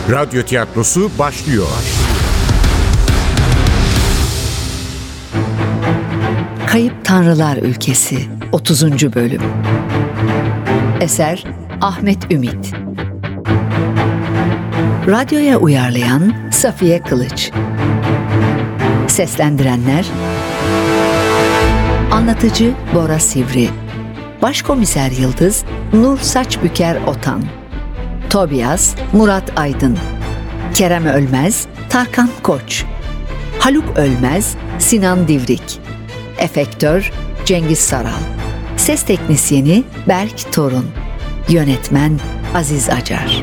Radyo tiyatrosu başlıyor. Kayıp Tanrılar Ülkesi 30. Bölüm. Eser Ahmet Ümit. Radyoya uyarlayan Safiye Kılıç. Seslendirenler: Anlatıcı Bora Sivri, Başkomiser Yıldız Nur Saçbüker Otan, Tobias Murat Aydın, Kerem Ölmez Tarkan Koç, Haluk Ölmez Sinan Divrik, Efektör Cengiz Saral, Ses Teknisyeni Berk Torun, Yönetmen Aziz Acar.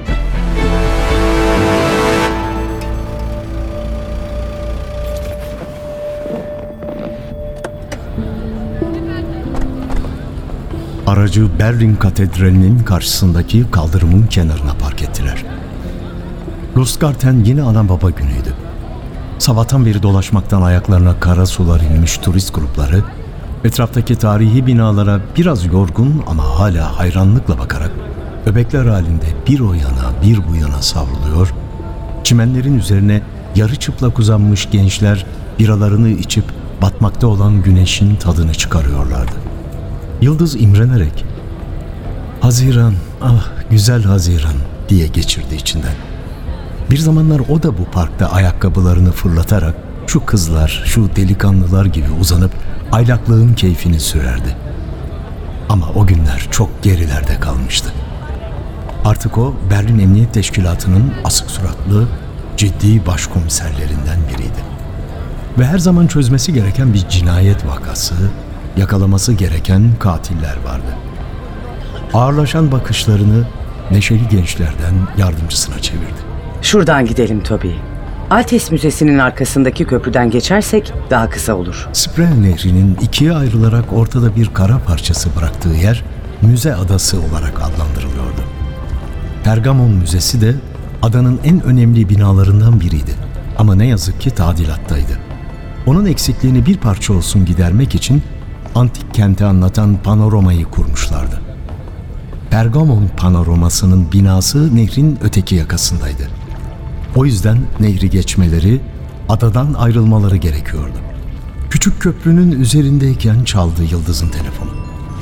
Aracı Berlin Katedrali'nin karşısındaki kaldırımın kenarına park ettiler. Lustgarten yine ana baba günüydü. Sabahtan beri dolaşmaktan ayaklarına kara sular inmiş turist grupları, etraftaki tarihi binalara biraz yorgun ama hala hayranlıkla bakarak öbekler halinde bir o yana bir bu yana savruluyor, çimenlerin üzerine yarı çıplak uzanmış gençler biralarını içip batmakta olan güneşin tadını çıkarıyorlardı. Yıldız imrenerek "Haziran, ah güzel Haziran" diye geçirdi içinden. Bir zamanlar o da bu parkta ayakkabılarını fırlatarak şu kızlar, şu delikanlılar gibi uzanıp aylaklığın keyfini sürerdi. Ama o günler çok gerilerde kalmıştı. Artık o Berlin Emniyet Teşkilatı'nın asık suratlı, ciddi başkomiserlerinden biriydi. Ve her zaman çözmesi gereken bir cinayet vakası, yakalaması gereken katiller vardı. Ağırlaşan bakışlarını neşeli gençlerden yardımcısına çevirdi. Şuradan gidelim Toby. Altes Müzesi'nin arkasındaki köprüden geçersek daha kısa olur. Spree Nehri'nin ikiye ayrılarak ortada bir kara parçası bıraktığı yer Müze Adası olarak adlandırılıyordu. Pergamon Müzesi de adanın en önemli binalarından biriydi. Ama ne yazık ki tadilattaydı. Onun eksikliğini bir parça olsun gidermek için antik kenti anlatan panoramayı kurmuşlardı. Pergamon panoramasının binası nehrin öteki yakasındaydı. O yüzden nehri geçmeleri, adadan ayrılmaları gerekiyordu. Küçük köprünün üzerindeyken çaldı Yıldız'ın telefonu.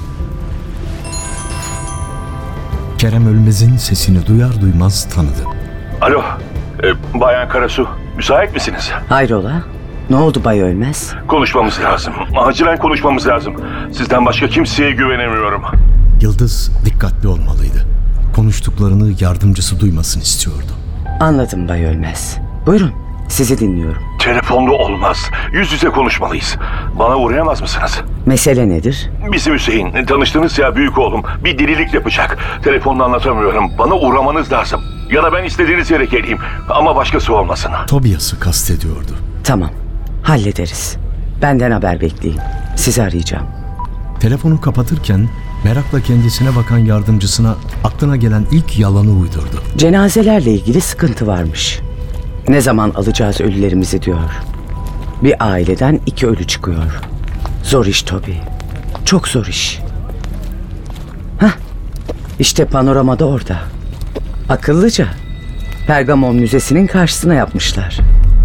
Kerem Ölmez'in sesini duyar duymaz tanıdı. Alo, Bayan Karasu, müsait misiniz? Hayrola? Ne oldu Bay Ölmez? Konuşmamız lazım. Acilen konuşmamız lazım. Sizden başka kimseye güvenemiyorum. Yıldız dikkatli olmalıydı. Konuştuklarını yardımcısı duymasını istiyordu. Anladım Bay Ölmez. Buyurun, sizi dinliyorum. Telefonda olmaz. Yüz yüze konuşmalıyız. Bana uğrayamaz mısınız? Mesele nedir? Bizim Hüseyin, tanıştınız ya büyük oğlum. Bir delilik yapacak. Telefonla anlatamıyorum. Bana uğramanız lazım. Ya da ben istediğiniz yere geleyim. Ama başkası olmasın. Tobias'ı kastediyordu. Tamam, hallederiz. Benden haber bekleyin. Sizi arayacağım. Telefonu kapatırken merakla kendisine bakan yardımcısına aklına gelen ilk yalanı uydurdu. Cenazelerle ilgili sıkıntı varmış. Ne zaman alacağız ölülerimizi diyor. Bir aileden 2 ölü çıkıyor. Zor iş Toby. Çok zor iş. Hah, işte panoramada orada. Akıllıca. Pergamon Müzesi'nin karşısına yapmışlar.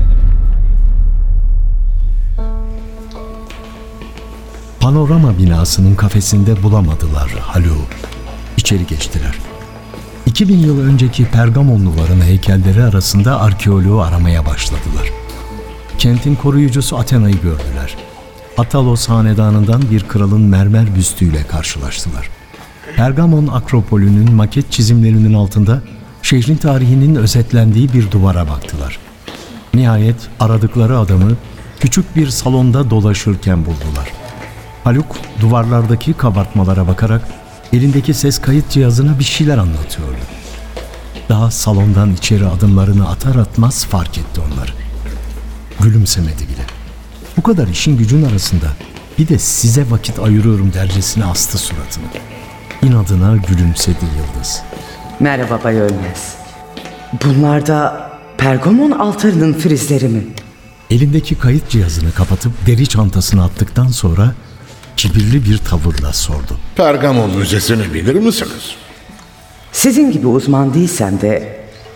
Panorama binasının kafesinde bulamadılar Haluk'u. İçeri geçtiler. 2000 yıl önceki Pergamonluların heykelleri arasında arkeoloğu aramaya başladılar. Kentin koruyucusu Athena'yı gördüler. Atalos hanedanından bir kralın mermer büstüyle karşılaştılar. Pergamon Akropolü'nün maket çizimlerinin altında şehrin tarihinin özetlendiği bir duvara baktılar. Nihayet aradıkları adamı küçük bir salonda dolaşırken buldular. Haluk duvarlardaki kabartmalara bakarak elindeki ses kayıt cihazına bir şeyler anlatıyordu. Daha salondan içeri adımlarını atar atmaz fark etti onları. Gülümsemedi bile. Bu kadar işin gücün arasında bir de size vakit ayırıyorum dercesine astı suratını. İnadına gülümsedi Yıldız. Merhaba Bay Ölmez. Bunlar da Pergamon altarının frizleri mi? Elindeki kayıt cihazını kapatıp deri çantasına attıktan sonra kibirli bir tavırla sordu. Pergamon Müzesi'ni bilir misiniz? Sizin gibi uzman değilsem de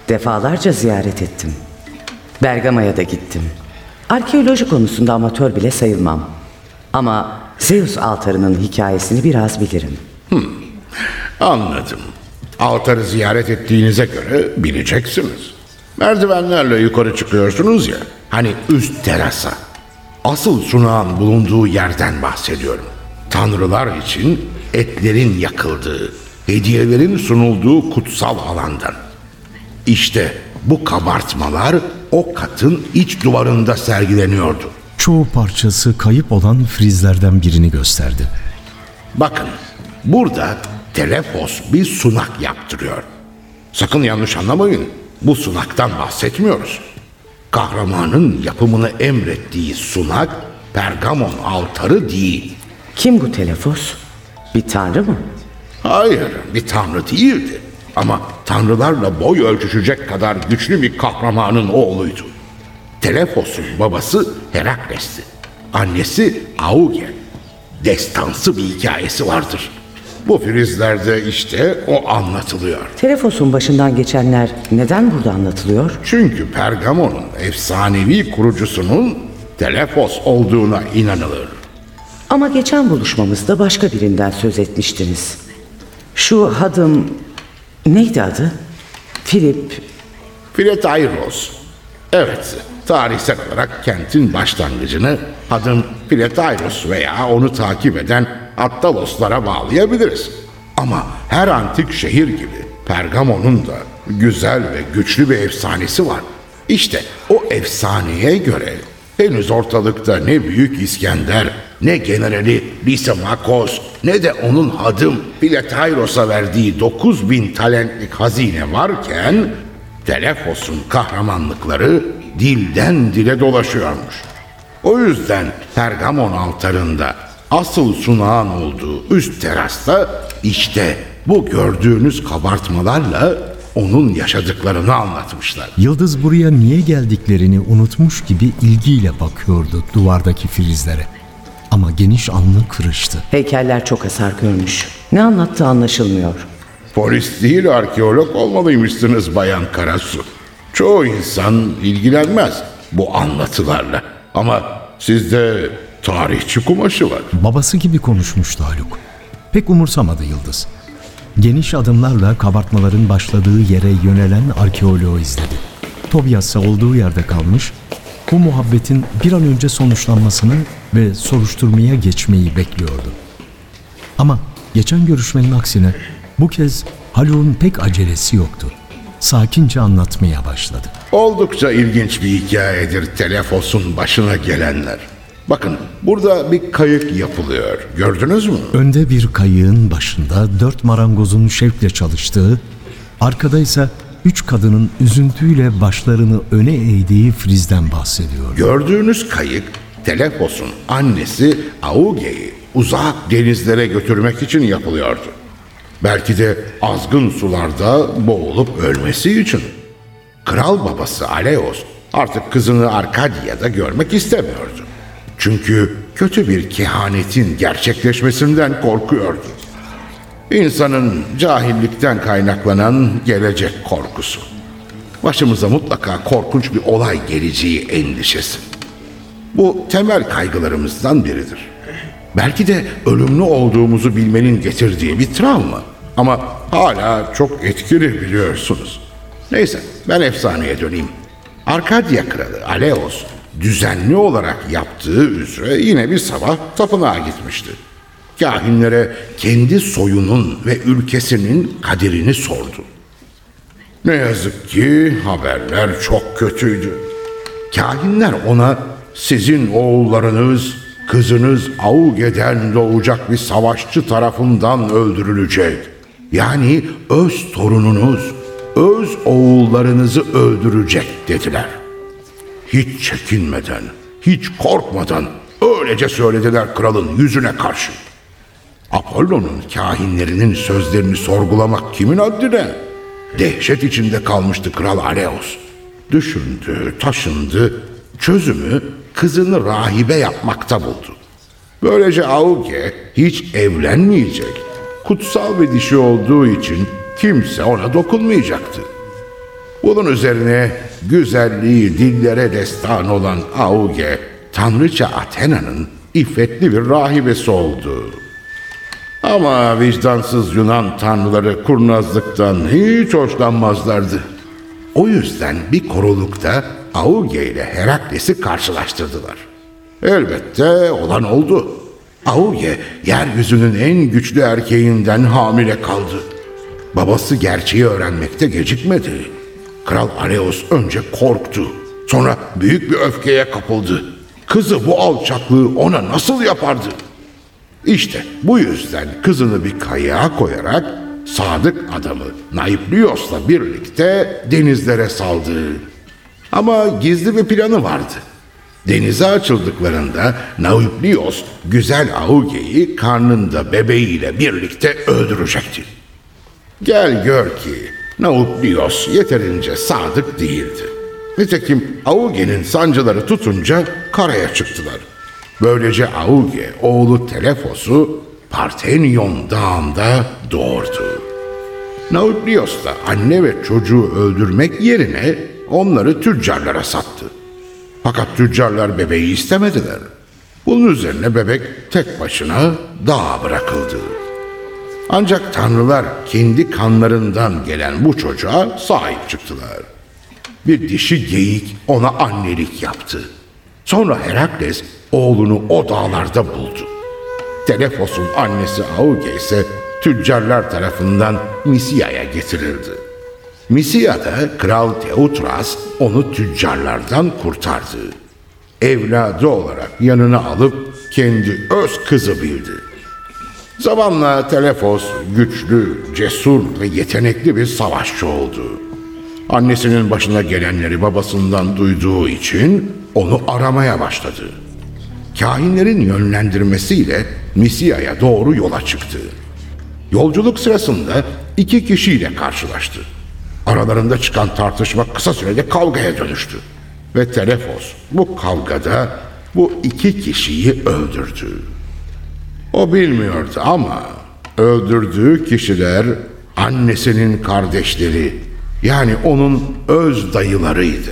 Defalarca ziyaret ettim. Bergama'ya da gittim. Arkeoloji konusunda amatör bile sayılmam. Ama Zeus altarının hikayesini biraz bilirim. Anladım. Altarı ziyaret ettiğinize göre bileceksiniz. Merdivenlerle yukarı çıkıyorsunuz ya, hani üst terasa. Asıl sunağın bulunduğu yerden bahsediyorum. Tanrılar için etlerin yakıldığı, hediyelerin sunulduğu kutsal alandan. İşte bu kabartmalar o katın iç duvarında sergileniyordu. Çoğu parçası kayıp olan frizlerden birini gösterdi. Bakın, burada Telefos bir sunak yaptırıyor. Sakın yanlış anlamayın, bu sunaktan bahsetmiyoruz. Kahramanın yapımını emrettiği sunak Pergamon altarı değil. Kim bu Telefos? Bir tanrı mı? Hayır, bir tanrı değildi. Ama tanrılarla boy ölçüşecek kadar güçlü bir kahramanın oğluydu. Telefos'un babası Herakles'ti. Annesi Auge. Destansı bir hikayesi vardır. Bu frizlerde işte o anlatılıyor. Telefos'un başından geçenler neden burada anlatılıyor? Çünkü Pergamon'un efsanevi kurucusunun Telefos olduğuna inanılır. Ama geçen buluşmamızda başka birinden söz etmiştiniz. Şu hadım... Neydi adı? Philetairos. Evet, tarihsel olarak kentin başlangıcını adım Philetairos veya onu takip eden Attaloslara bağlayabiliriz. Ama her antik şehir gibi Pergamon'un da güzel ve güçlü bir efsanesi var. İşte o efsaneye göre henüz ortalıkta ne Büyük İskender, ne generali Lysimakos, ne de onun hadım Philetairos'a verdiği 9000 talentlik hazine varken Telefos'un kahramanlıkları dilden dile dolaşıyormuş. O yüzden Pergamon altarında asıl sunağın olduğu üst terasta işte bu gördüğünüz kabartmalarla onun yaşadıklarını anlatmışlar. Yıldız buraya niye geldiklerini unutmuş gibi ilgiyle bakıyordu duvardaki frizlere. Ama geniş alnı kırıştı. Heykeller çok hasar görmüş. Ne anlattığı anlaşılmıyor. Polis değil arkeolog olmalıymışsınız Bayan Karasu. Çoğu insan ilgilenmez bu anlatılarla. Ama sizde tarihçi kumaşı var. Babası gibi konuşmuştu Haluk. Pek umursamadı Yıldız. Geniş adımlarla kabartmaların başladığı yere yönelen arkeoloğu izledi. Tobias ise olduğu yerde kalmış, bu muhabbetin bir an önce sonuçlanmasını ve soruşturmaya geçmeyi bekliyordu. Ama geçen görüşmenin aksine bu kez Haluk'un pek acelesi yoktu. Sakince anlatmaya başladı. Oldukça ilginç bir hikayedir Telefos'un başına gelenler. Bakın burada bir kayık yapılıyor. Gördünüz mü? Önde bir kayığın başında 4 marangozun şevkle çalıştığı, arkada ise 3 kadının üzüntüyle başlarını öne eğdiği frizden bahsediyor. Gördüğünüz kayık Telefos'un annesi Auge'yi uzak denizlere götürmek için yapılıyordu. Belki de azgın sularda boğulup ölmesi için. Kral babası Aleos artık kızını Arkadya'da görmek istemiyordu. Çünkü kötü bir kehanetin gerçekleşmesinden korkuyordu. İnsanın cahillikten kaynaklanan gelecek korkusu. Başımıza mutlaka korkunç bir olay geleceği endişesi. Bu temel kaygılarımızdan biridir. Belki de ölümlü olduğumuzu bilmenin getirdiği bir travma. Ama hala çok etkili biliyorsunuz. Neyse ben efsaneye döneyim. Arkadya kralı Aleos düzenli olarak yaptığı üzere yine bir sabah tapınağa gitmişti. Kahinlere kendi soyunun ve ülkesinin kaderini sordu. Ne yazık ki haberler çok kötüydü. Kahinler ona sizin oğullarınız, kızınız Auge'den doğacak bir savaşçı tarafından öldürülecek. Yani öz torununuz, öz oğullarınızı öldürecek dediler. Hiç çekinmeden, hiç korkmadan öylece söylediler kralın yüzüne karşı. Apollo'nun kahinlerinin sözlerini sorgulamak kimin haddine? Dehşet içinde kalmıştı kral Aleos. Düşündü, taşındı, çözümü kızını rahibe yapmakta buldu. Böylece Auge hiç evlenmeyecek. Kutsal bir dişi olduğu için kimse ona dokunmayacaktı. Bunun üzerine güzelliği dillere destan olan Auge, tanrıça Athena'nın iffetli bir rahibesi oldu. Ama vicdansız Yunan tanrıları kurnazlıktan hiç hoşlanmazlardı. O yüzden bir korulukta Auge ile Herakles'i karşılaştırdılar. Elbette olan oldu. Auge, yeryüzünün en güçlü erkeğinden hamile kaldı. Babası gerçeği öğrenmekte gecikmedi. Kral Aleos önce korktu. Sonra büyük bir öfkeye kapıldı. Kızı bu alçaklığı ona nasıl yapardı? İşte bu yüzden kızını bir kayığa koyarak sadık adamı Naiplios'la birlikte denizlere saldı. Ama gizli bir planı vardı. Denize açıldıklarında Naiplios güzel Auge'yi karnında bebeğiyle birlikte öldürecekti. Gel gör ki Naiplios yeterince sadık değildi. Nitekim Auge'nin sancıları tutunca karaya çıktılar. Böylece Auge oğlu Telefos'u Partenyon Dağı'nda doğurdu. Naiplios da anne ve çocuğu öldürmek yerine onları tüccarlara sattı. Fakat tüccarlar bebeği istemediler. Bunun üzerine bebek tek başına dağa bırakıldı. Ancak tanrılar kendi kanlarından gelen bu çocuğa sahip çıktılar. Bir dişi geyik ona annelik yaptı. Sonra Herakles oğlunu o dağlarda buldu. Telefos'un annesi Auge ise tüccarlar tarafından Misia'ya getirildi. Misia'da Kral Teutras onu tüccarlardan kurtardı. Evladı olarak yanına alıp kendi öz kızı bildi. Zamanla Telefos güçlü, cesur ve yetenekli bir savaşçı oldu. Annesinin başına gelenleri babasından duyduğu için onu aramaya başladı. Kahinlerin yönlendirmesiyle Misia'ya doğru yola çıktı. Yolculuk sırasında iki kişiyle karşılaştı. Aralarında çıkan tartışma kısa sürede kavgaya dönüştü. Ve Telefos bu kavgada bu iki kişiyi öldürdü. O bilmiyordu ama öldürdüğü kişiler annesinin kardeşleri, yani onun öz dayılarıydı.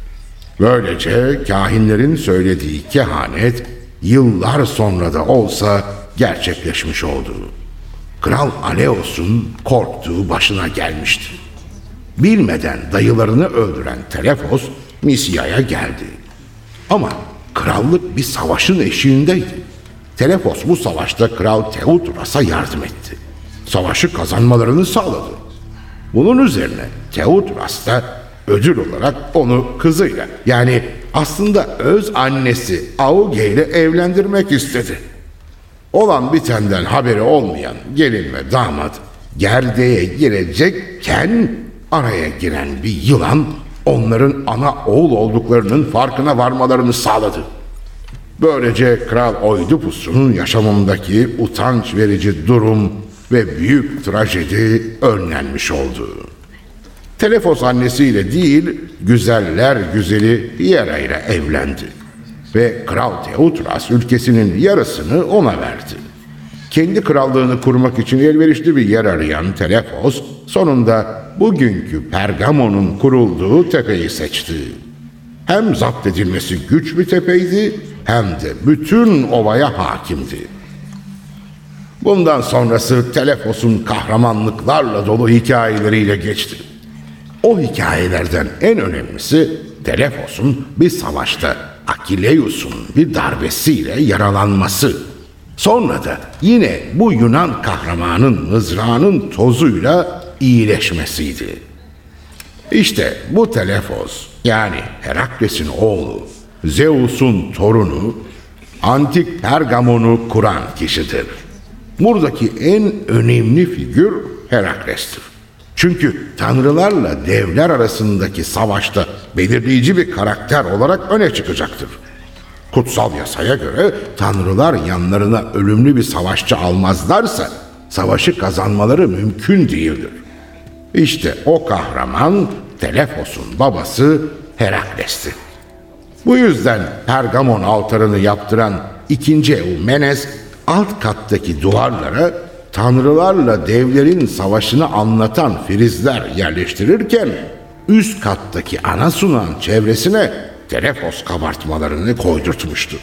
Böylece kahinlerin söylediği kehanet yıllar sonra da olsa gerçekleşmiş oldu. Kral Aleos'un korktuğu başına gelmişti. Bilmeden dayılarını öldüren Telefos Misia'ya geldi. Ama krallık bir savaşın eşiğindeydi. Telefos bu savaşta Kral Teutras'a yardım etti. Savaşı kazanmalarını sağladı. Bunun üzerine Teutras da ödül olarak onu kızıyla, yani aslında öz annesi Auge ile evlendirmek istedi. Olan bitenden haberi olmayan gelin ve damat gerdeğe girecekken araya giren bir yılan onların ana oğul olduklarının farkına varmalarını sağladı. Böylece Kral Oidipus'un yaşamındaki utanç verici durum ve büyük trajedi önlenmiş oldu. Telefos annesiyle değil, güzeller güzeli Hera ile evlendi. Ve Kral Teutras ülkesinin yarısını ona verdi. Kendi krallığını kurmak için elverişli bir yer arayan Telefos, sonunda bugünkü Pergamon'un kurulduğu tepeyi seçti. Hem zapt edilmesi güç bir tepeydi, hem de bütün ovaya hakimdi. Bundan sonrası Telefos'un kahramanlıklarla dolu hikayeleriyle geçti. O hikayelerden en önemlisi Telefos'un bir savaşta Akileus'un bir darbesiyle yaralanması. Sonra da yine bu Yunan kahramanın mızrağının tozuyla iyileşmesiydi. İşte bu Telefos, yani Herakles'in oğlu, Zeus'un torunu, antik Pergamon'u kuran kişidir. Buradaki en önemli figür Herakles'tir. Çünkü tanrılarla devler arasındaki savaşta belirleyici bir karakter olarak öne çıkacaktır. Kutsal yasaya göre tanrılar yanlarına ölümlü bir savaşçı almazlarsa savaşı kazanmaları mümkün değildir. İşte o kahraman Telefos'un babası Herakles'ti. Bu yüzden Pergamon altarını yaptıran 2. Eumenes alt kattaki duvarlara tanrılarla devlerin savaşını anlatan frizler yerleştirirken üst kattaki ana sunağın çevresine telefos kabartmalarını koydurtmuştu.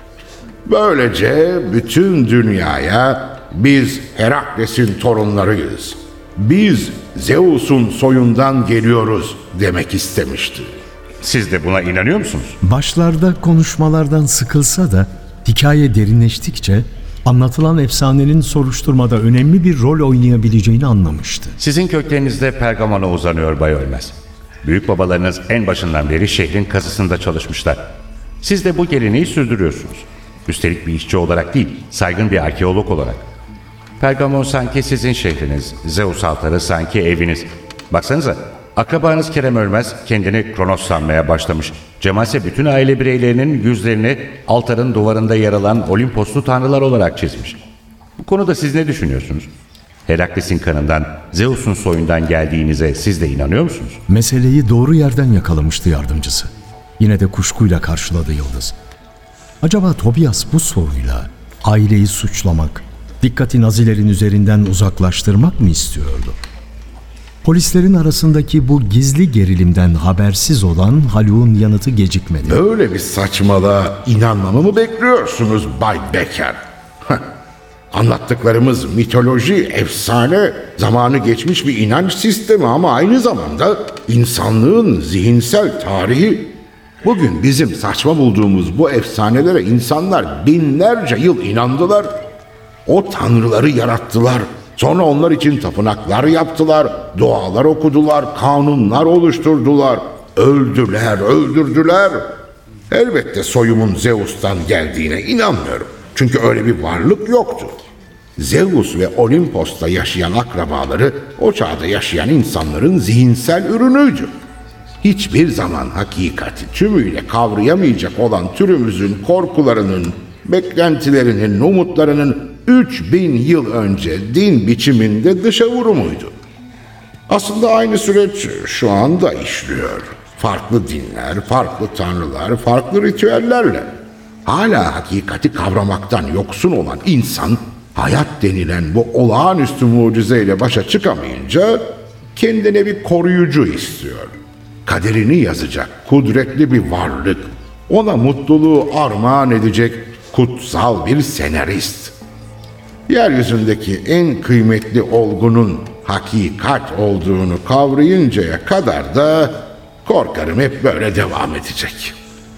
Böylece bütün dünyaya biz Herakles'in torunlarıyız, biz Zeus'un soyundan geliyoruz demek istemişti. Siz de buna inanıyor musunuz? Başlarda konuşmalardan sıkılsa da hikaye derinleştikçe anlatılan efsanenin soruşturmada önemli bir rol oynayabileceğini anlamıştı. Sizin köklerinizde Pergamon'a uzanıyor Bay Ölmez. Büyük babalarınız en başından beri şehrin kazısında çalışmışlar. Siz de bu geleneği sürdürüyorsunuz. Üstelik bir işçi olarak değil, saygın bir arkeolog olarak. Pergamon sanki sizin şehriniz, Zeus altarı sanki eviniz. Baksanıza, akrabanız Kerem Ölmez kendini Kronos sanmaya başlamış. Cemal ise bütün aile bireylerinin yüzlerini altarın duvarında yer alan Olimposlu tanrılar olarak çizmiş. Bu konuda siz ne düşünüyorsunuz? Herakles'in kanından, Zeus'un soyundan geldiğinize siz de inanıyor musunuz? Meseleyi doğru yerden yakalamıştı yardımcısı. Yine de kuşkuyla karşıladı Yıldız. Acaba Tobias bu soruyla aileyi suçlamak, dikkati Nazilerin üzerinden uzaklaştırmak mı istiyordu? Polislerin arasındaki bu gizli gerilimden habersiz olan Haluk'un yanıtı gecikmedi. Böyle bir saçmalığa inanmamı mı bekliyorsunuz Bay Becker? Anlattıklarımız mitoloji, efsane, zamanı geçmiş bir inanç sistemi ama aynı zamanda insanlığın zihinsel tarihi. Bugün bizim saçma bulduğumuz bu efsanelere insanlar binlerce yıl inandılar. O tanrıları yarattılar. Sonra onlar için tapınaklar yaptılar, dualar okudular, kanunlar oluşturdular. Öldüler, öldürdüler. Elbette soyumun Zeus'tan geldiğine inanmıyorum. Çünkü öyle bir varlık yoktu. Zeus ve Olimpos'ta yaşayan akrabaları o çağda yaşayan insanların zihinsel ürünüydü. Hiçbir zaman hakikati tümüyle kavrayamayacak olan türümüzün korkularının, beklentilerinin, umutlarının 3000 yıl önce din biçiminde dışa vurumuydu. Aslında aynı süreç şu anda işliyor. Farklı dinler, farklı tanrılar, farklı ritüellerle. Hala hakikati kavramaktan yoksun olan insan, hayat denilen bu olağanüstü mucizeyle başa çıkamayınca kendine bir koruyucu istiyor. Kaderini yazacak kudretli bir varlık, ona mutluluğu armağan edecek kutsal bir senarist. Yeryüzündeki en kıymetli olgunun hakikat olduğunu kavrayıncaya kadar da korkarım hep böyle devam edecek.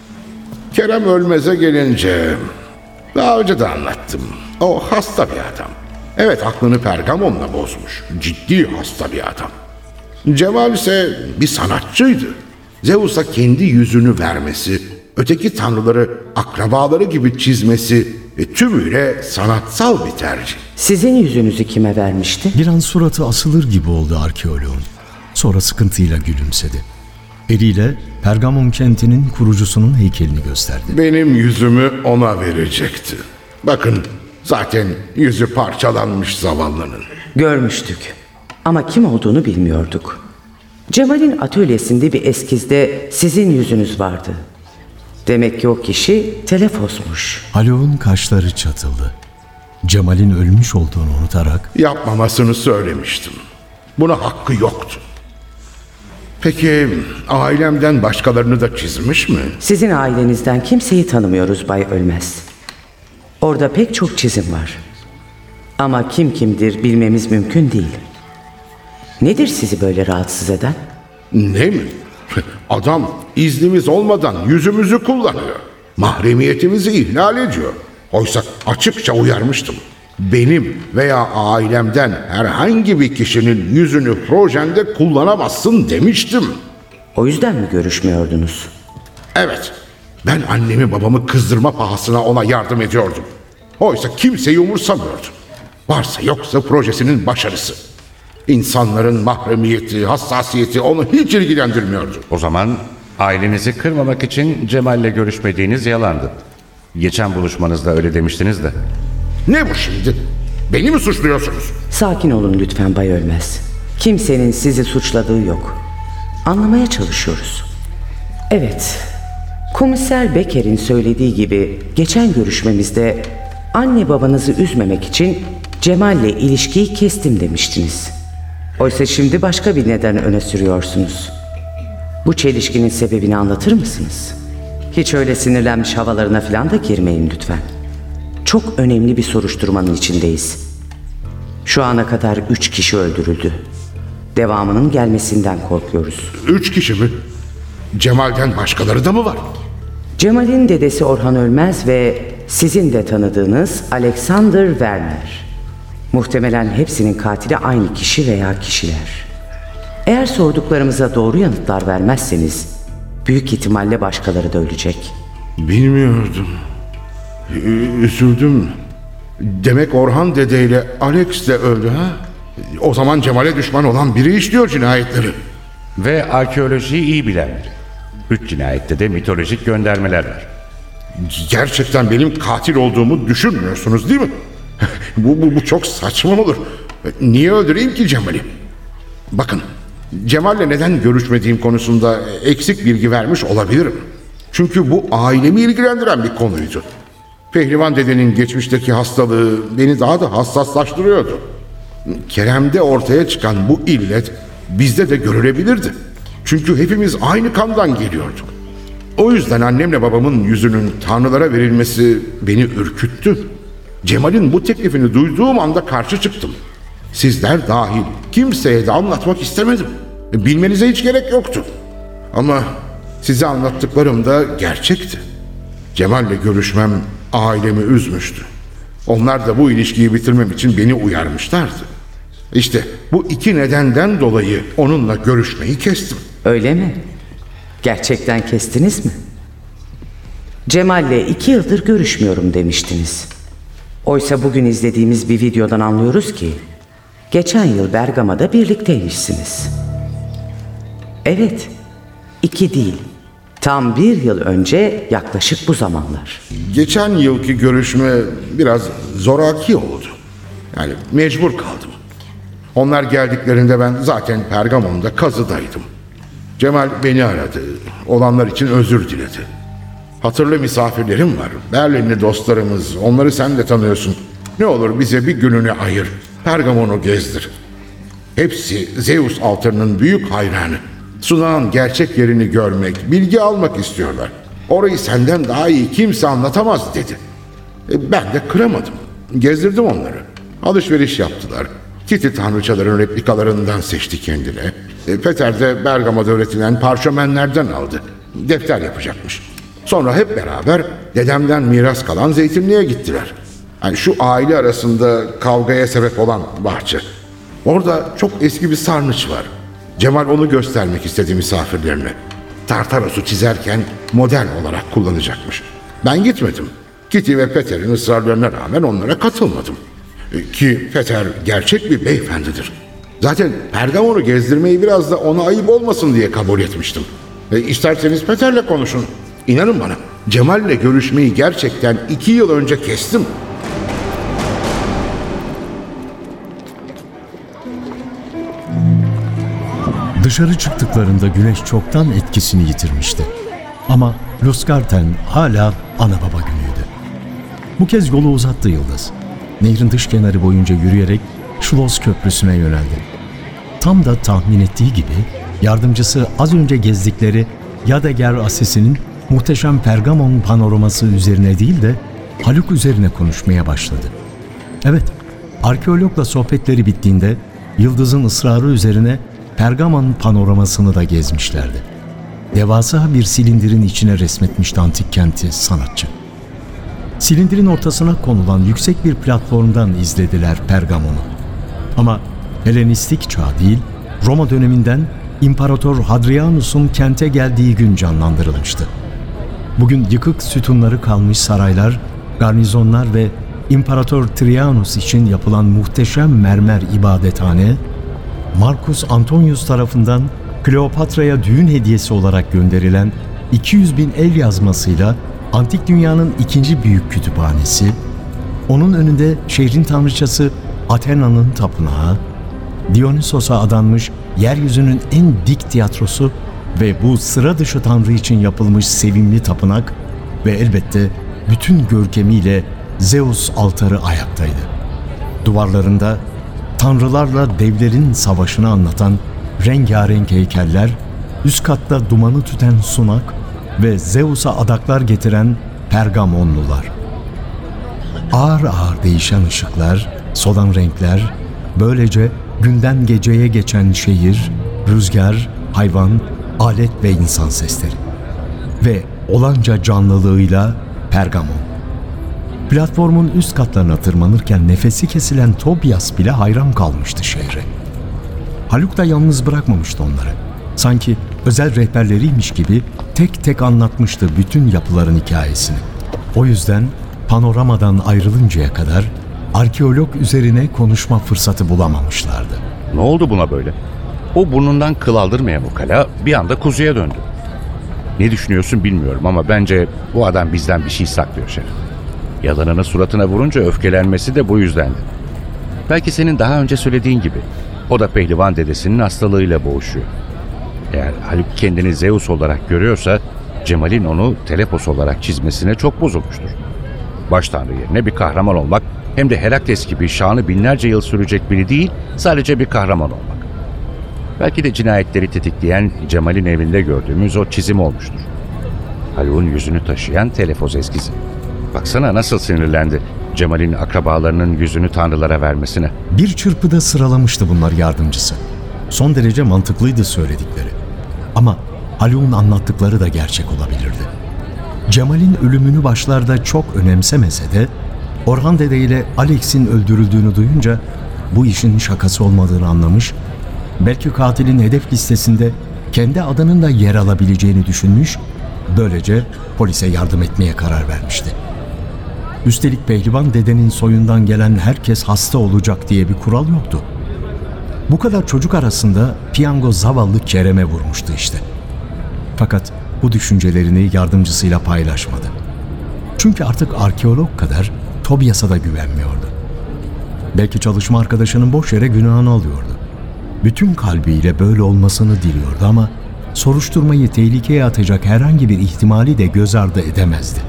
Kerem Ölmez'e gelince, daha önce de anlattım. O hasta bir adam. Evet, aklını Pergamon'la bozmuş. Ciddi hasta bir adam. Cemal ise bir sanatçıydı. Zeus'a kendi yüzünü vermesi, öteki tanrıları akrabaları gibi çizmesi tümüyle sanatsal bir tercih. Sizin yüzünüzü kime vermişti? Bir an suratı asılır gibi oldu arkeoloğun. Sonra sıkıntıyla gülümsedi. Eliyle Pergamon kentinin kurucusunun heykelini gösterdi. Benim yüzümü ona verecekti. Bakın, zaten yüzü parçalanmış zavallının. Görmüştük. Ama kim olduğunu bilmiyorduk. Cemal'in atölyesinde bir eskizde sizin yüzünüz vardı. Demek ki o kişi Telefos'muş. Haluk'un kaşları çatıldı. Cemal'in ölmüş olduğunu unutarak Yapmamasını söylemiştim. Buna hakkı yoktu. Peki ailemden başkalarını da çizmiş mi? Sizin ailenizden kimseyi tanımıyoruz Bay Ölmez. Orada pek çok çizim var. Ama kim kimdir bilmemiz mümkün değil. Nedir sizi böyle rahatsız eden? Ne mi? Adam iznimiz olmadan yüzümüzü kullanıyor. Mahremiyetimizi ihlal ediyor. Oysa açıkça uyarmıştım. Benim veya ailemden herhangi bir kişinin yüzünü projende kullanamazsın demiştim. O yüzden mi görüşmüyordunuz? Evet, ben annemi babamı kızdırma pahasına ona yardım ediyordum. Oysa kimseyi umursamıyordu. Varsa yoksa projesinin başarısı. İnsanların mahremiyeti, hassasiyeti onu hiç ilgilendirmiyordu. O zaman ailenizi kırmamak için Cemal'le görüşmediğiniz yalandı. Geçen buluşmanızda öyle demiştiniz de. Ne bu şimdi? Beni mi suçluyorsunuz? Sakin olun lütfen Bay Ölmez. Kimsenin sizi suçladığı yok. Anlamaya çalışıyoruz. Evet, Komiser Becker'in söylediği gibi geçen görüşmemizde anne babanızı üzmemek için Cemal'le ilişkiyi kestim demiştiniz. Oysa şimdi başka bir neden öne sürüyorsunuz. Bu çelişkinin sebebini anlatır mısınız? Hiç öyle sinirlenmiş havalarına falan da girmeyin lütfen. Çok önemli bir soruşturmanın içindeyiz. Şu ana kadar 3 kişi öldürüldü. Devamının gelmesinden korkuyoruz. 3 kişi mi? Cemal'den başkaları da mı var? Cemal'in dedesi Orhan Ölmez ve sizin de tanıdığınız Alexander Werner. Muhtemelen hepsinin katili aynı kişi veya kişiler. Eğer sorduklarımıza doğru yanıtlar vermezseniz büyük ihtimalle başkaları da ölecek. Bilmiyordum. Üzüldüm. Demek Orhan dedeyle Alex de öldü ha? O zaman Cemal'e düşman olan biri işliyor cinayetleri. Ve arkeolojiyi iyi bilen biri. 3 cinayette de mitolojik göndermeler var. Gerçekten benim katil olduğumu düşünmüyorsunuz değil mi? Bu çok saçma olur. Niye öldüreyim ki Cemal'i? Bakın, Cemal'le neden görüşmediğim konusunda eksik bilgi vermiş olabilirim. Çünkü bu ailemi ilgilendiren bir konuydu. Pehlivan dedenin geçmişteki hastalığı beni daha da hassaslaştırıyordu. Kerem'de ortaya çıkan bu illet bizde de görülebilirdi. Çünkü hepimiz aynı kandan geliyorduk. O yüzden annemle babamın yüzünün tanrılara verilmesi beni ürküttü. Cemal'in bu teklifini duyduğum anda karşı çıktım. Sizler dahil kimseye de anlatmak istemedim. Bilmenize hiç gerek yoktu. Ama size anlattıklarım da gerçekti. Cemal'le görüşmem ailemi üzmüştü. Onlar da bu ilişkiyi bitirmem için beni uyarmışlardı. İşte bu 2 nedenden dolayı onunla görüşmeyi kestim. Öyle mi? Gerçekten kestiniz mi? Cemal'le 2 yıldır görüşmüyorum demiştiniz. Oysa bugün izlediğimiz bir videodan anlıyoruz ki geçen yıl Bergama'da birlikteymişsiniz. Evet, 2 değil, tam 1 yıl önce yaklaşık bu zamanlar. Geçen yılki görüşme biraz zoraki oldu. Yani mecbur kaldım. Onlar geldiklerinde ben zaten Pergamon'da kazıdaydım. Cemal beni aradı. Olanlar için özür diledi. Hatırlı misafirlerim var. Berlinli dostlarımız. Onları sen de tanıyorsun. Ne olur bize bir gününü ayır. Pergamon'u gezdir. Hepsi Zeus altınının büyük hayranı. Sunağın gerçek yerini görmek, bilgi almak istiyorlar. Orayı senden daha iyi kimse anlatamaz dedi. Ben de kıramadım. Gezdirdim onları. Alışveriş yaptılar. Kitty tanrıçaların replikalarından seçti kendine. Peter de Bergama'da üretilen parşömenlerden aldı. Defter yapacakmış. Sonra hep beraber dedemden miras kalan zeytinliğe gittiler. Yani şu aile arasında kavgaya sebep olan bahçe. Orada çok eski bir sarnıç var. Cemal onu göstermek istedi misafirlerine. Tartaros'u çizerken model olarak kullanacakmış. Ben gitmedim. Kitty ve Peter'in ısrarlarına rağmen onlara katılmadım. Ki Peter gerçek bir beyefendidir. Zaten Pergamon'u gezdirmeyi biraz da ona ayıp olmasın diye kabul etmiştim. İsterseniz Peter'le konuşun. İnanın bana, Cemal'le görüşmeyi gerçekten 2 yıl önce kestim. Dışarı çıktıklarında güneş çoktan etkisini yitirmişti. Ama Lustgarten hala ana baba günüydü. Bu kez yolu uzattı Yıldız. Nehrin dış kenarı boyunca yürüyerek Schloss Köprüsü'ne yöneldi. Tam da tahmin ettiği gibi yardımcısı az önce gezdikleri Yadeger Asesi'nin muhteşem Pergamon panoraması üzerine değil de Haluk üzerine konuşmaya başladı. Evet, arkeologla sohbetleri bittiğinde Yıldız'ın ısrarı üzerine Pergamon panoramasını da gezmişlerdi. Devasa bir silindirin içine resmetmişti antik kenti sanatçı. Silindirin ortasına konulan yüksek bir platformdan izlediler Pergamon'u. Ama Helenistik çağ değil, Roma döneminden İmparator Hadrianus'un kente geldiği gün canlandırılmıştı. Bugün yıkık sütunları kalmış saraylar, garnizonlar ve İmparator Trajanus için yapılan muhteşem mermer ibadethane, Marcus Antonius tarafından Kleopatra'ya düğün hediyesi olarak gönderilen 200.000 el yazmasıyla antik dünyanın ikinci büyük kütüphanesi, onun önünde şehrin tanrıçası Athena'nın tapınağı, Dionysos'a adanmış yeryüzünün en dik tiyatrosu ve bu sıra dışı tanrı için yapılmış sevimli tapınak ve elbette bütün görkemiyle Zeus altarı ayaktaydı. Duvarlarında tanrılarla devlerin savaşını anlatan rengarenk heykeller, üst katta dumanı tüten sunak ve Zeus'a adaklar getiren Pergamonlular. Ağır ağır değişen ışıklar, solan renkler, böylece günden geceye geçen şehir, rüzgar, hayvan, alet ve insan sesleri. Ve olanca canlılığıyla Pergamon. Platformun üst katlarına tırmanırken nefesi kesilen Tobias bile hayran kalmıştı şehre. Haluk da yalnız bırakmamıştı onları. Sanki özel rehberleriymiş gibi tek tek anlatmıştı bütün yapıların hikayesini. O yüzden panoramadan ayrılıncaya kadar arkeolog üzerine konuşma fırsatı bulamamışlardı. Ne oldu buna böyle? O burnundan kıl aldırmayan ukala bir anda kuzuya döndü. Ne düşünüyorsun bilmiyorum ama bence bu adam bizden bir şey saklıyor şef. Yalanını suratına vurunca öfkelenmesi de bu yüzdendi. Belki senin daha önce söylediğin gibi o da pehlivan dedesinin hastalığıyla boğuşuyor. Eğer Haluk kendini Zeus olarak görüyorsa Cemal'in onu Telepos olarak çizmesine çok bozulmuştur. Baş tanrı yerine bir kahraman olmak hem de Herakles gibi şanı binlerce yıl sürecek biri değil, sadece bir kahraman olmak. Belki de cinayetleri tetikleyen Cemal'in evinde gördüğümüz o çizim olmuştur. Haluk'un yüzünü taşıyan Telepos eskisi. Baksana nasıl sinirlendi Cemal'in akrabalarının yüzünü tanrılara vermesine. Bir çırpıda sıralamıştı bunlar yardımcısı. Son derece mantıklıydı söyledikleri. Ama Haluk'un anlattıkları da gerçek olabilirdi. Cemal'in ölümünü başlarda çok önemsemese de Orhan Dede ile Alex'in öldürüldüğünü duyunca bu işin şakası olmadığını anlamış, belki katilin hedef listesinde kendi adının da yer alabileceğini düşünmüş, böylece polise yardım etmeye karar vermişti. Üstelik Pehlivan Dede'nin soyundan gelen herkes hasta olacak diye bir kural yoktu. Bu kadar çocuk arasında piyango zavallı Kerem'e vurmuştu işte. Fakat bu düşüncelerini yardımcısıyla paylaşmadı. Çünkü artık arkeolog kadar Tobias'a da güvenmiyordu. Belki çalışma arkadaşının boş yere günahını alıyordu. Bütün kalbiyle böyle olmasını diliyordu ama soruşturmayı tehlikeye atacak herhangi bir ihtimali de göz ardı edemezdi.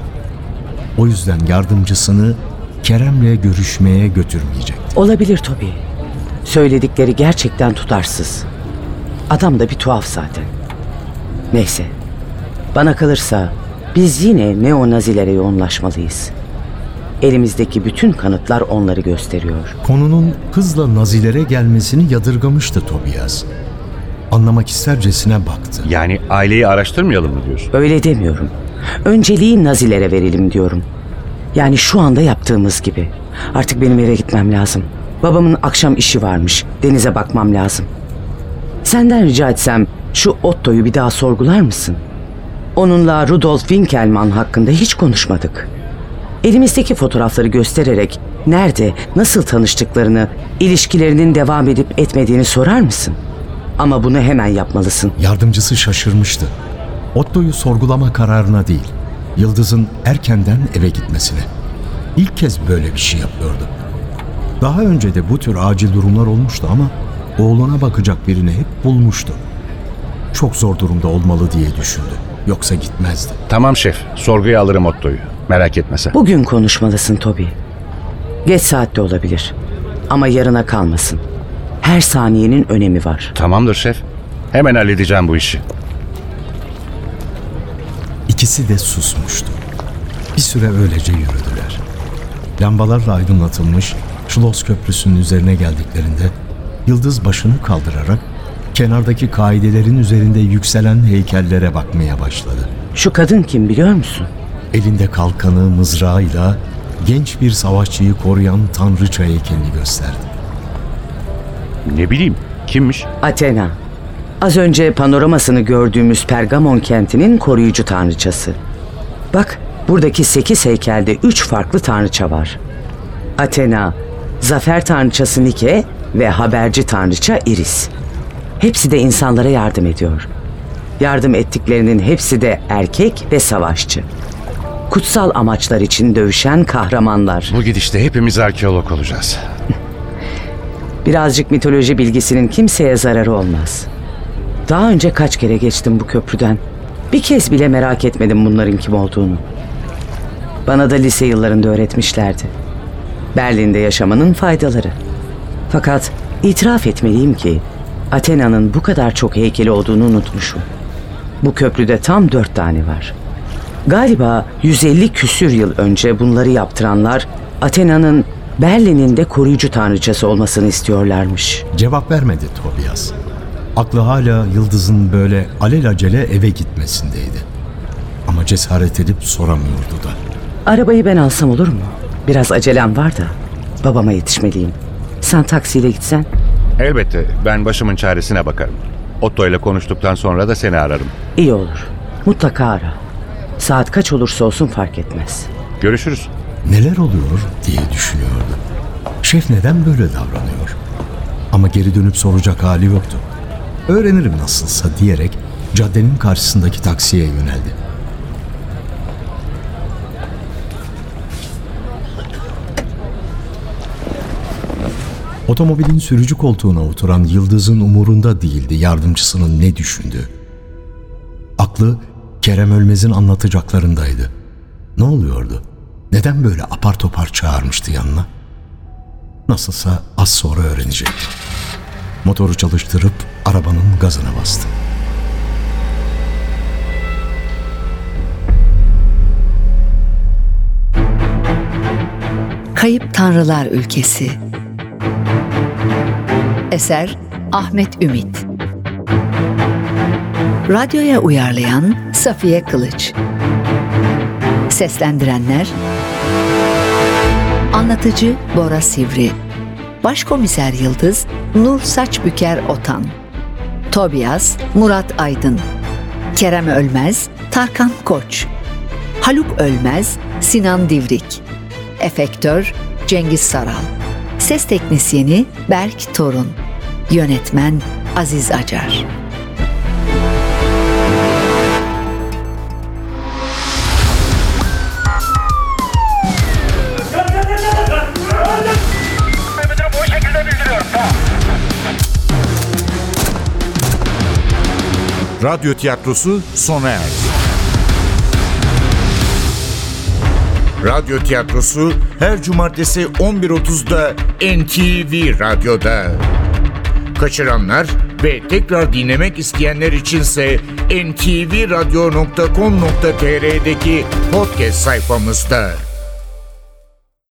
O yüzden yardımcısını Kerem'le görüşmeye götürmeyecekti. Olabilir Toby. Söyledikleri gerçekten tutarsız. Adam da bir tuhaf zaten. Neyse. Bana kalırsa biz yine neonazilere yoğunlaşmalıyız. Elimizdeki bütün kanıtlar onları gösteriyor. Konunun hızla Nazilere gelmesini yadırgamıştı Tobias. Anlamak istercesine baktı. Yani aileyi araştırmayalım mı diyorsun? Öyle demiyorum. Önceliği Nazilere verelim diyorum. Yani şu anda yaptığımız gibi. Artık benim eve gitmem lazım. Babamın akşam işi varmış. Denize bakmam lazım. Senden rica etsem şu Otto'yu bir daha sorgular mısın? Onunla Rudolf Winkelmann hakkında hiç konuşmadık. Elimizdeki fotoğrafları göstererek nerede, nasıl tanıştıklarını, ilişkilerinin devam edip etmediğini sorar mısın? Ama bunu hemen yapmalısın. Yardımcısı şaşırmıştı. Otto'yu sorgulama kararına değil, Yıldız'ın erkenden eve gitmesine. İlk kez böyle bir şey yapıyordu. Daha önce de bu tür acil durumlar olmuştu ama oğluna bakacak birini hep bulmuştu. Çok zor durumda olmalı diye düşündü. Yoksa gitmezdi. Tamam şef, sorguya alırım Otto'yu. Merak etme sen. Bugün konuşmalısın Toby. Geç saatte olabilir. Ama yarına kalmasın. Her saniyenin önemi var. Tamamdır şef. Hemen halledeceğim bu işi. İkisi de susmuştu. Bir süre öylece yürüdüler. Lambalarla aydınlatılmış Schloss Köprüsü'nün üzerine geldiklerinde Yıldız başını kaldırarak kenardaki kaidelerin üzerinde yükselen heykellere bakmaya başladı. Şu kadın kim biliyor musun? Elinde kalkanı mızrağıyla genç bir savaşçıyı koruyan tanrıça heykelini gösterdi. Ne bileyim, kimmiş? Athena. Az önce panoramasını gördüğümüz Pergamon kentinin koruyucu tanrıçası. Bak, buradaki 8 heykelde 3 farklı tanrıça var. Athena, zafer tanrıçası Nike ve haberci tanrıça Iris. Hepsi de insanlara yardım ediyor. Yardım ettiklerinin hepsi de erkek ve savaşçı. Kutsal amaçlar için dövüşen kahramanlar. Bu gidişte hepimiz arkeolog olacağız. Birazcık mitoloji bilgisinin kimseye zararı olmaz. Daha önce kaç kere geçtim bu köprüden. Bir kez bile merak etmedim bunların kim olduğunu. Bana da lise yıllarında öğretmişlerdi. Berlin'de yaşamanın faydaları. Fakat itiraf etmeliyim ki Athena'nın bu kadar çok heykeli olduğunu unutmuşum. Bu köprüde tam 4 tane var. Galiba 150 küsür yıl önce bunları yaptıranlar Athena'nın Berlin'in de koruyucu tanrıçası olmasını istiyorlarmış. Cevap vermedi Tobias. Aklı hala Yıldız'ın böyle alelacele eve gitmesindeydi. Ama cesaret edip soramıyordu da. Arabayı ben alsam olur mu? Biraz acelem var da. Babama yetişmeliyim. Sen taksiyle gitsen. Elbette, ben başımın çaresine bakarım. Otto ile konuştuktan sonra da seni ararım. İyi olur. Mutlaka ara. Saat kaç olursa olsun fark etmez. Görüşürüz. Neler oluyor diye düşünüyordu. Şef neden böyle davranıyor? Ama geri dönüp soracak hali yoktu. Öğrenirim nasılsa diyerek caddenin karşısındaki taksiye yöneldi. Otomobilin sürücü koltuğuna oturan Yıldız'ın umurunda değildi yardımcısının ne düşündüğü. Aklı Kerem Ölmez'in anlatacaklarındaydı. Ne oluyordu? Neden böyle apar topar çağırmıştı yanına? Nasılsa az sonra öğrenecek. Motoru çalıştırıp arabanın gazına bastı. Kayıp Tanrılar Ülkesi. Eser Ahmet Ümit. Radyoya uyarlayan Safiye Kılıç. Seslendirenler: Anlatıcı Bora Sivri, Başkomiser Yıldız Nur Saçbüker Otan, Tobias Murat Aydın, Kerem Ölmez Tarkan Koç, Haluk Ölmez Sinan Divrik, Efektör Cengiz Saral, Ses Teknisyeni Berk Torun, Yönetmen Aziz Acar. Radyo tiyatrosu sona erdi. Radyo tiyatrosu her cumartesi 11.30'da NTV Radyo'da. Kaçıranlar ve tekrar dinlemek isteyenler içinse ntvradio.com.tr'deki podcast sayfamızda.